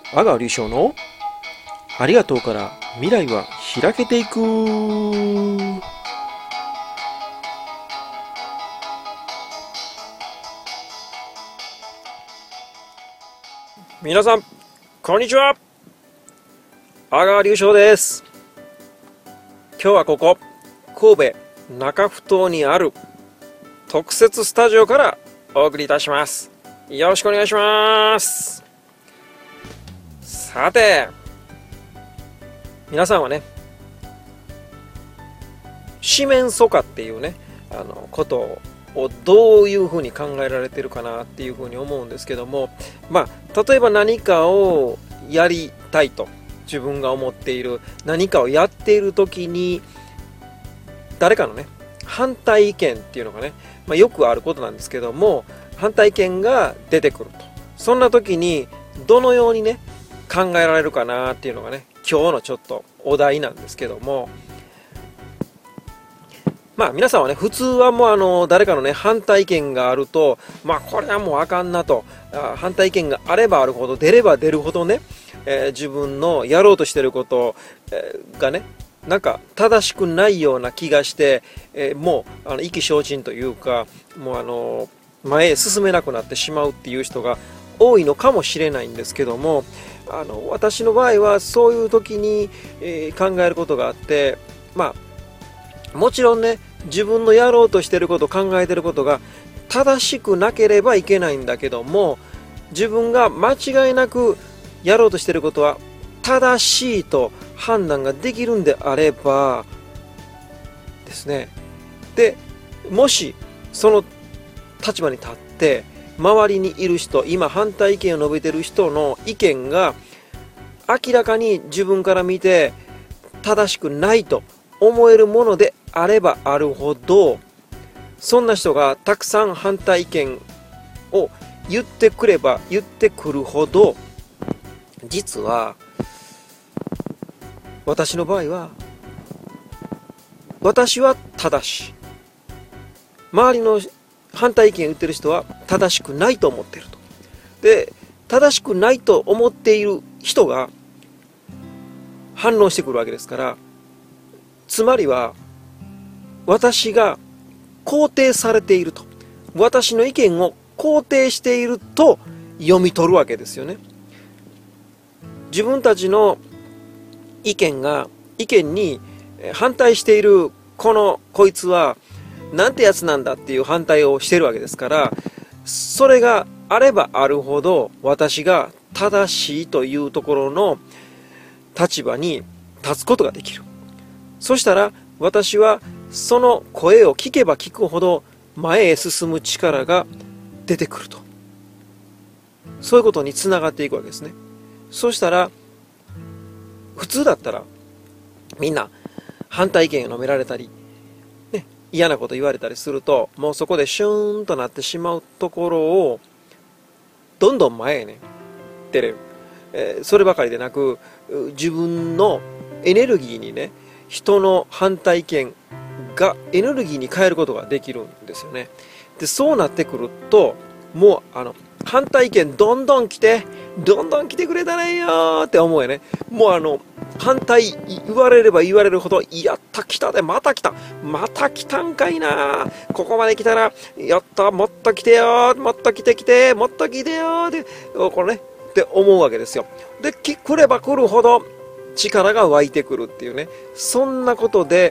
阿川隆翔のありがとうから未来は開けていく。皆さんこんにちは、阿川隆翔です。今日はここ神戸中ふ頭にある特設スタジオからお送りいたします。よろしくお願いします。さて、皆さんはね、四面楚歌っていうね、ことをどういうふうに考えられてるかなっていうふうに思うんですけども、例えば何かをやりたいと自分が思っている何かをやっている時に誰かのね反対意見っていうのがね、よくあることなんですけども、反対意見が出てくると、そんな時にどのようにね考えられるかなっていうのがね、今日のちょっとお題なんですけども、皆さんはね、普通はもう誰かのね反対意見があると、これはもうあかんなと、反対意見があればあるほど、出れば出るほどね、自分のやろうとしてること、がねなんか正しくないような気がして、もう意気消沈というか、もう前へ進めなくなってしまうっていう人が多いのかもしれないんですけども、私の場合はそういう時に、考えることがあって、もちろんね、自分のやろうとしてること、考えてることが正しくなければいけないんだけども、自分が間違いなくやろうとしてることは正しいと判断ができるんであればですね、でもしその立場に立って周りにいる人、今反対意見を述べてる人の意見が明らかに自分から見て正しくないと思えるものであればあるほど、そんな人がたくさん反対意見を言ってくれば言ってくるほど、実は私の場合は私は正しい、周りの反対意見を言ってる人は正しくないと思っていると。で、正しくないと思っている人が反論してくるわけですから、つまりは私が肯定されていると、私の意見を肯定していると読み取るわけですよね。自分たちの意見に反対しているこいつはなんてやつなんだっていう反対をしているわけですから、それがあればあるほど私が正しいというところの立場に立つことができる。そしたら私はその声を聞けば聞くほど前へ進む力が出てくると、そういうことにつながっていくわけですね。そしたら普通だったらみんな反対意見を述べられたり、嫌なこと言われたりすると、もうそこでシューンとなってしまうところをどんどん前へね出れる、そればかりでなく、自分のエネルギーにね、人の反対意見がエネルギーに変えることができるんですよね。で、そうなってくると、もう反対意見どんどん来てくれたらいいよって思うよね。もう反対言われれば言われるほど、やった来たで、また来たんかいな、ここまで来たらやった、もっと来てよ、もっと来てもっと来てよで、これねって思うわけですよ。で、来れば来るほど力が湧いてくるっていうね、そんなことで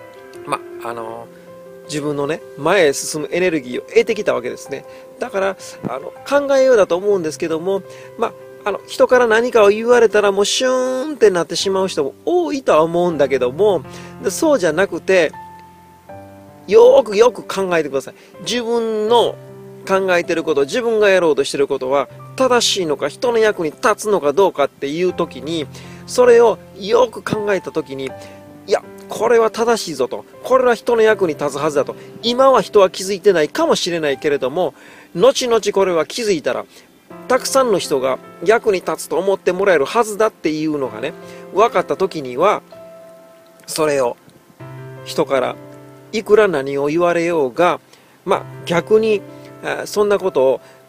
自分のね前へ進むエネルギーを得てきたわけですね。だから考えようだと思うんですけども、人から何かを言われたらもうシューンってなってしまう人も多いとは思うんだけども、そうじゃなくて、よく考えてください。自分の考えてること、自分がやろうとしてることは正しいのか、人の役に立つのかどうかっていう時に、それをよく考えた時に、いやこれは正しいぞと、これは人の役に立つはずだと、今は人は気づいてないかもしれないけれども、後々これは気づいたらたくさんの人が役に立つと思ってもらえるはずだっていうのがね分かった時には、それを人からいくら何を言われようが、逆にそんなことを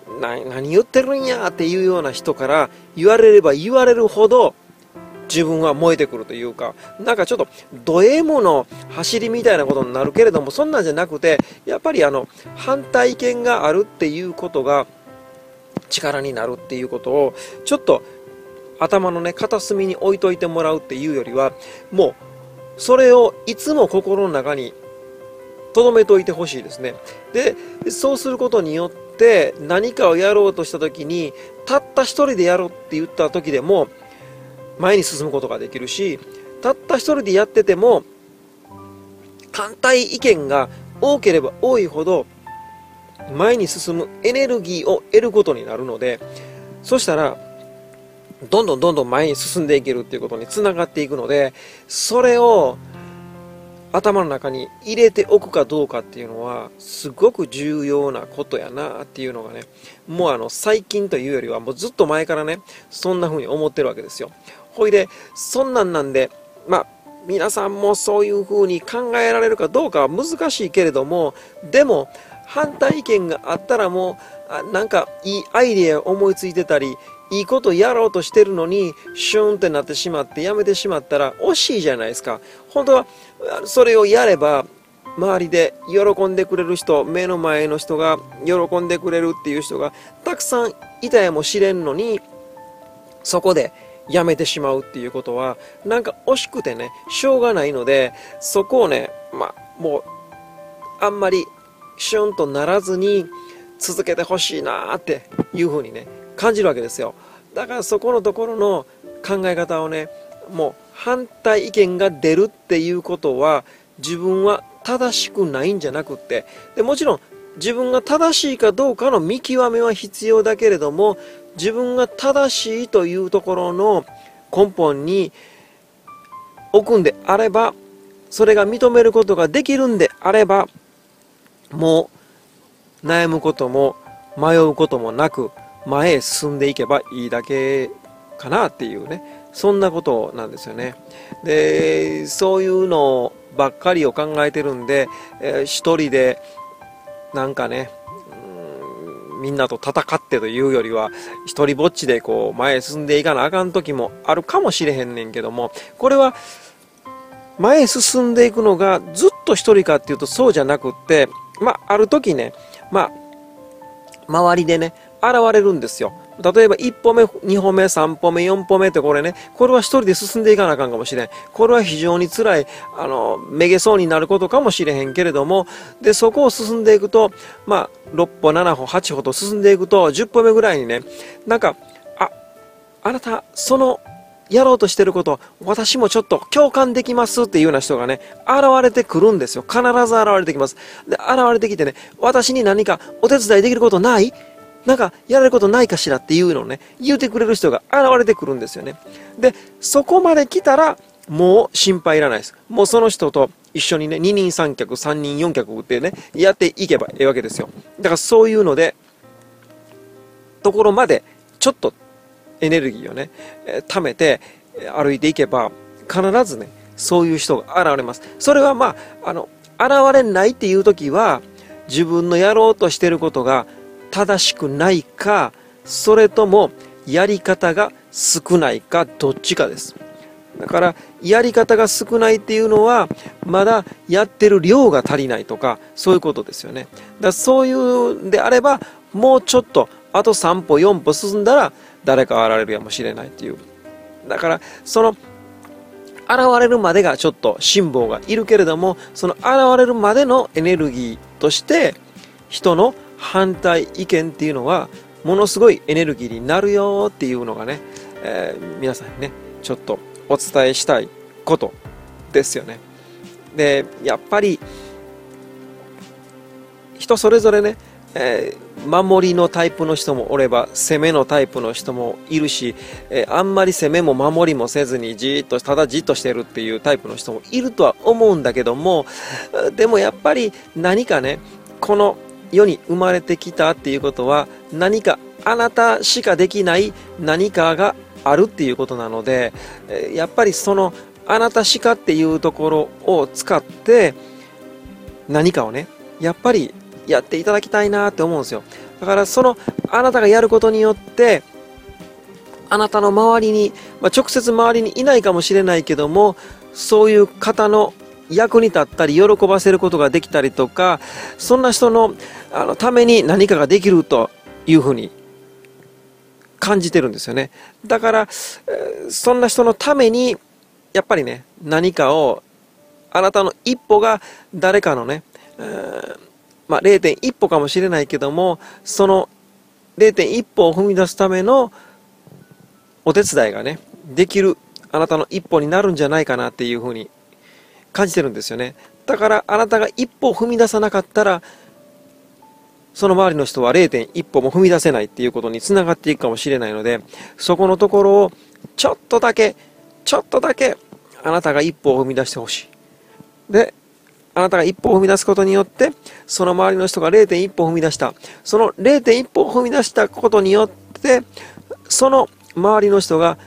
何言ってるんやっていうような人から言われれば言われるほど自分は燃えてくるというか、なんかちょっとド M の走りみたいなことになるけれども、そんなんじゃなくて、やっぱり反対意見があるっていうことが力になるっていうことをちょっと頭のね片隅に置いといてもらうっていうよりは、もうそれをいつも心の中に留めておいてほしいですね。で、そうすることによって何かをやろうとした時に、たった一人でやろうって言った時でも前に進むことができるし、たった一人でやってても反対意見が多ければ多いほど前に進むエネルギーを得ることになるので、そしたらどんどん前に進んでいけるっていうことにつながっていくので、それを頭の中に入れておくかどうかっていうのはすごく重要なことやなっていうのがね、もう最近というよりはもうずっと前からね、そんな風に思ってるわけですよ。ほいで、そんなんで、皆さんもそういう風に考えられるかどうかは難しいけれども、でも反対意見があったらもうなんかいいアイデア思いついてたり、いいことやろうとしてるのにシューンってなってしまってやめてしまったら惜しいじゃないですか。本当はそれをやれば周りで喜んでくれる人、目の前の人が喜んでくれるっていう人がたくさんいたやもしれんのに、そこでやめてしまうっていうことはなんか惜しくてねしょうがないので、そこをねもうあんまりシュンとならずに続けてほしいなっていうふうにね感じるわけですよ。だからそこのところの考え方をね、もう反対意見が出るっていうことは自分は正しくないんじゃなくって、でもちろん自分が正しいかどうかの見極めは必要だけれども、自分が正しいというところの根本に置くんであれば、それが認めることができるんであれば、もう悩むことも迷うこともなく前へ進んでいけばいいだけかなっていうね、そんなことなんですよね。で、そういうのばっかりを考えてるんで、一人でなんかね、みんなと戦ってというよりは一人ぼっちでこう前へ進んでいかなあかん時もあるかもしれへんねんけども、これは前へ進んでいくのがずっと一人かっていうとそうじゃなくって、ある時ね、周りでね現れるんですよ。例えば1歩目、2歩目、3歩目、4歩目ってこれは一人で進んでいかなあかんかもしれん。これは非常に辛い、めげそうになることかもしれへんけれども、で、そこを進んでいくと、6歩、7歩、8歩と進んでいくと、10歩目ぐらいにね、なんか、あなた、やろうとしてること、私もちょっと共感できますっていうような人がね、現れてくるんですよ。必ず現れてきます。で、現れてきてね、私に何かお手伝いできることない？なんかやれることないかしらっていうのをね言うてくれる人が現れてくるんですよね。でそこまで来たらもう心配いらないです。もうその人と一緒にね二人三脚三人四脚ってねやっていけばいいわけですよ。だからそういうのでところまでちょっとエネルギーをね貯めて歩いていけば必ずねそういう人が現れます。それは現れないっていう時は自分のやろうとしてることが正しくないか、それともやり方が少ないか、どっちかです。だからやり方が少ないっていうのはまだやってる量が足りないとかそういうことですよね。だからそういうんであればもうちょっとあと3歩4歩進んだら誰か現れるやもしれないっていう。だからその現れるまでがちょっと辛抱がいるけれども、その現れるまでのエネルギーとして人の反対意見っていうのはものすごいエネルギーになるよっていうのがね、皆さんにねちょっとお伝えしたいことですよね。でやっぱり人それぞれね、守りのタイプの人もおれば攻めのタイプの人もいるし、あんまり攻めも守りもせずにただじっとしてるっていうタイプの人もいるとは思うんだけども、でもやっぱり何かねこの世に生まれてきたっていうことは何かあなたしかできない何かがあるっていうことなので、やっぱりそのあなたしかっていうところを使って何かをねやっぱりやっていただきたいなって思うんですよ。 だからあなたがやることによって、あなたの周りに、直接周りにいないかもしれないけども、そういう方の役に立ったり、喜ばせることができたりとか、そんな人の、ために何かができるというふうに感じてるんですよね。だから、そんな人のために、やっぱりね、何かを、あなたの一歩が誰かのね、0.1 歩かもしれないけども、その 0.1 歩を踏み出すためのお手伝いがね、できるあなたの一歩になるんじゃないかなっていうふうに感じてるんですよね。だからあなたが一歩を踏み出さなかったら、その周りの人は 0.1 歩も踏み出せないっていうことにつながっていくかもしれないので、そこのところをちょっとだけあなたが一歩を踏み出してほしい。で、あなたが一歩を踏み出すことによって、その周りの人が 0.1 歩を踏み出した。その 0.1 歩を踏み出したことによって、その周りの人が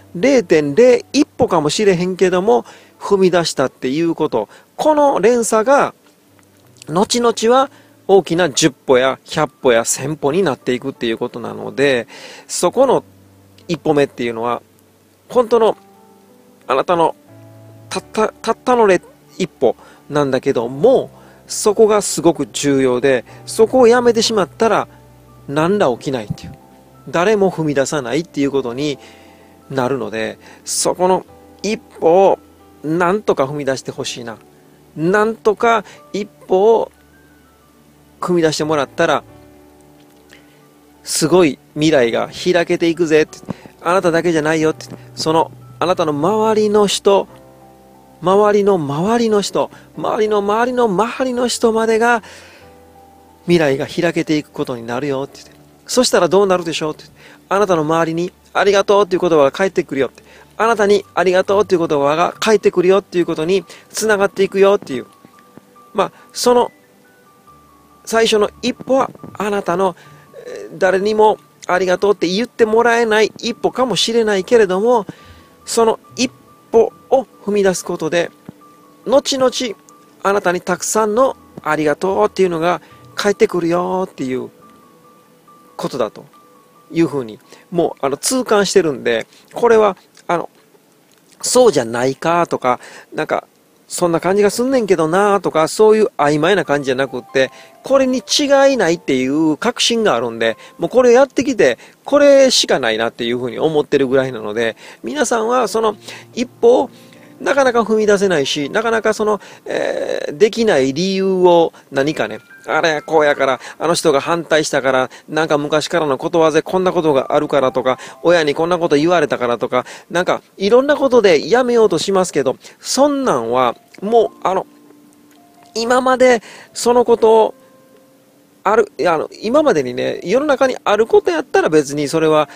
0.01 歩かもしれへんけども踏み出したっていうこと、この連鎖が後々は大きな10歩や100歩や1000歩になっていくっていうことなので、そこの一歩目っていうのは本当のあなたのたったの一歩なんだけども、そこがすごく重要で、そこをやめてしまったら何ら起きないっていう、誰も踏み出さないっていうことになるので、そこの一歩をなんとか踏み出してほしいな。なんとか一歩を踏み出してもらったら、すごい未来が開けていくぜって、あなただけじゃないよって、あなたの周りの人、周りの周りの人、周りの周りの周りの人までが未来が開けていくことになるよって言って、そしたらどうなるでしょうって、あなたの周りにありがとうっていう言葉が返ってくるよって、あなたにありがとうっていう言葉が返ってくるよっていうことにつながっていくよっていう、その最初の一歩はあなたの誰にもありがとうって言ってもらえない一歩かもしれないけれども、その一歩を踏み出すことで後々あなたにたくさんのありがとうっていうのが返ってくるよっていうことだというふうにもう痛感してるんで、これはそうじゃないかとか、なんかそんな感じがすんねんけどなとか、そういう曖昧な感じじゃなくって、これに違いないっていう確信があるんで、もうこれやってきてこれしかないなっていうふうに思ってるぐらいなので、皆さんはその一歩をなかなか踏み出せないし、なかなかできない理由を何かね、あれこうやから、あの人が反対したから、なんか昔からのことわざこんなことがあるからとか、親にこんなこと言われたからとか、なんかいろんなことでやめようとしますけど、そんなんはもう今までそのことを今までにね、世の中にあることやったら別にそれは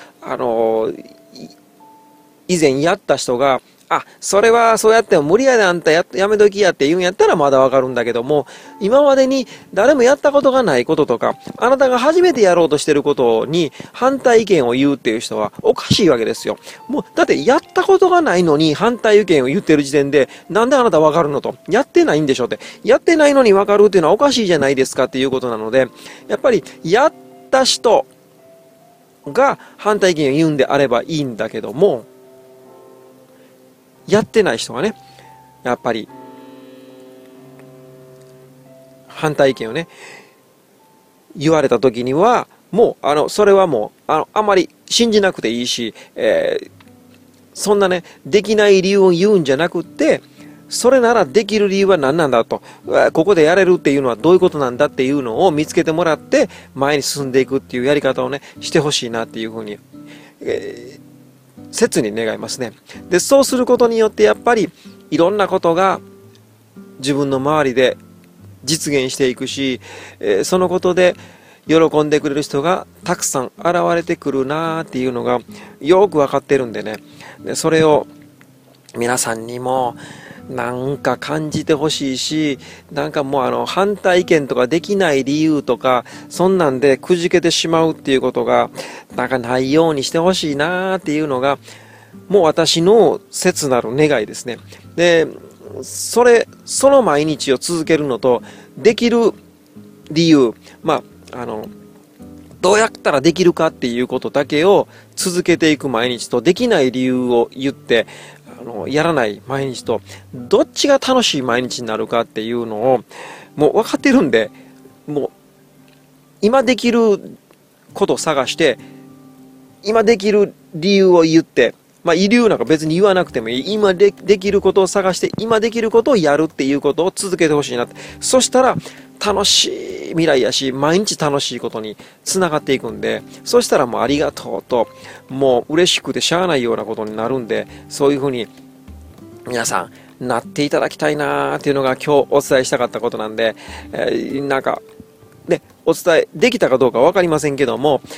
以前やった人が、それはそうやっても無理やであんたやめときやって言うんやったらまだわかるんだけども、今までに誰もやったことがないこととか、あなたが初めてやろうとしてることに反対意見を言うっていう人はおかしいわけですよ。もう、だってやったことがないのに反対意見を言ってる時点で、なんであなたわかるのと、やってないんでしょって、やってないのにわかるっていうのはおかしいじゃないですかっていうことなので、やっぱりやった人が反対意見を言うんであればいいんだけども、やってない人がね、やっぱり反対意見をね言われた時には、もうそれはもうあまり信じなくていいし、そんなねできない理由を言うんじゃなくって、それならできる理由は何なんだと、ここでやれるっていうのはどういうことなんだっていうのを見つけてもらって前に進んでいくっていうやり方をねしてほしいなっていうふうに、切に願いますね。で、そうすることによってやっぱりいろんなことが自分の周りで実現していくし、そのことで喜んでくれる人がたくさん現れてくるなーっていうのがよく分かってるんでね、でそれを皆さんにもなんか感じてほしいし、なんかもう反対意見とかできない理由とかそんなんでくじけてしまうっていうことがなんかないようにしてほしいなーっていうのがもう私の切なる願いですね。で、その毎日を続けるのとできる理由、どどうやったらできるかっていうことだけを続けていく毎日と、できない理由を言ってやらない毎日と、どっちが楽しい毎日になるかっていうのをもう分かってるんで、もう今できることを探して、今できる理由を言って、理由なんか別に言わなくてもいい。今できることを探して、今できることをやるっていうことを続けてほしいなって。そしたら、楽しい未来やし、毎日楽しいことにつながっていくんで、そしたらもうありがとうと、もう嬉しくてしゃあないようなことになるんで、そういうふうに皆さんなっていただきたいなーっていうのが今日お伝えしたかったことなんで、なんか、ね、お伝えできたかどうかわかりませんけども、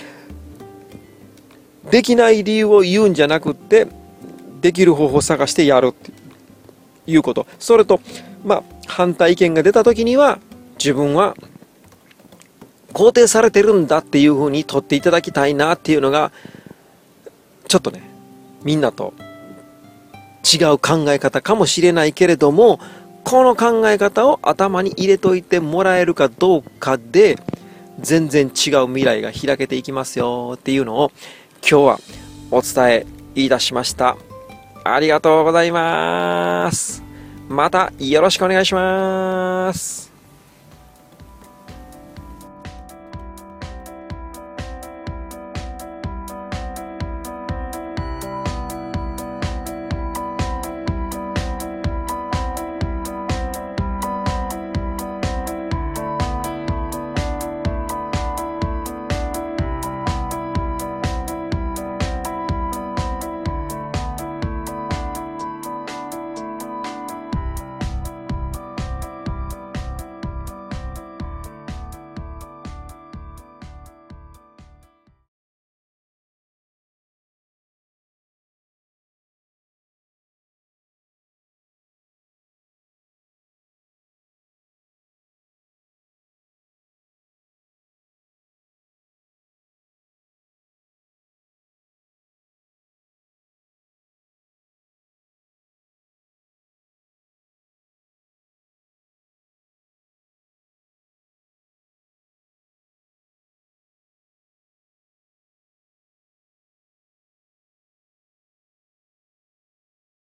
できない理由を言うんじゃなくって、できる方法を探してやるっていうこと。それと、反対意見が出た時には、自分は肯定されてるんだっていうふうに取っていただきたいなっていうのが、ちょっとね、みんなと違う考え方かもしれないけれども、この考え方を頭に入れといてもらえるかどうかで、全然違う未来が開けていきますよっていうのを今日はお伝えいたしました。ありがとうございます。またよろしくお願いします。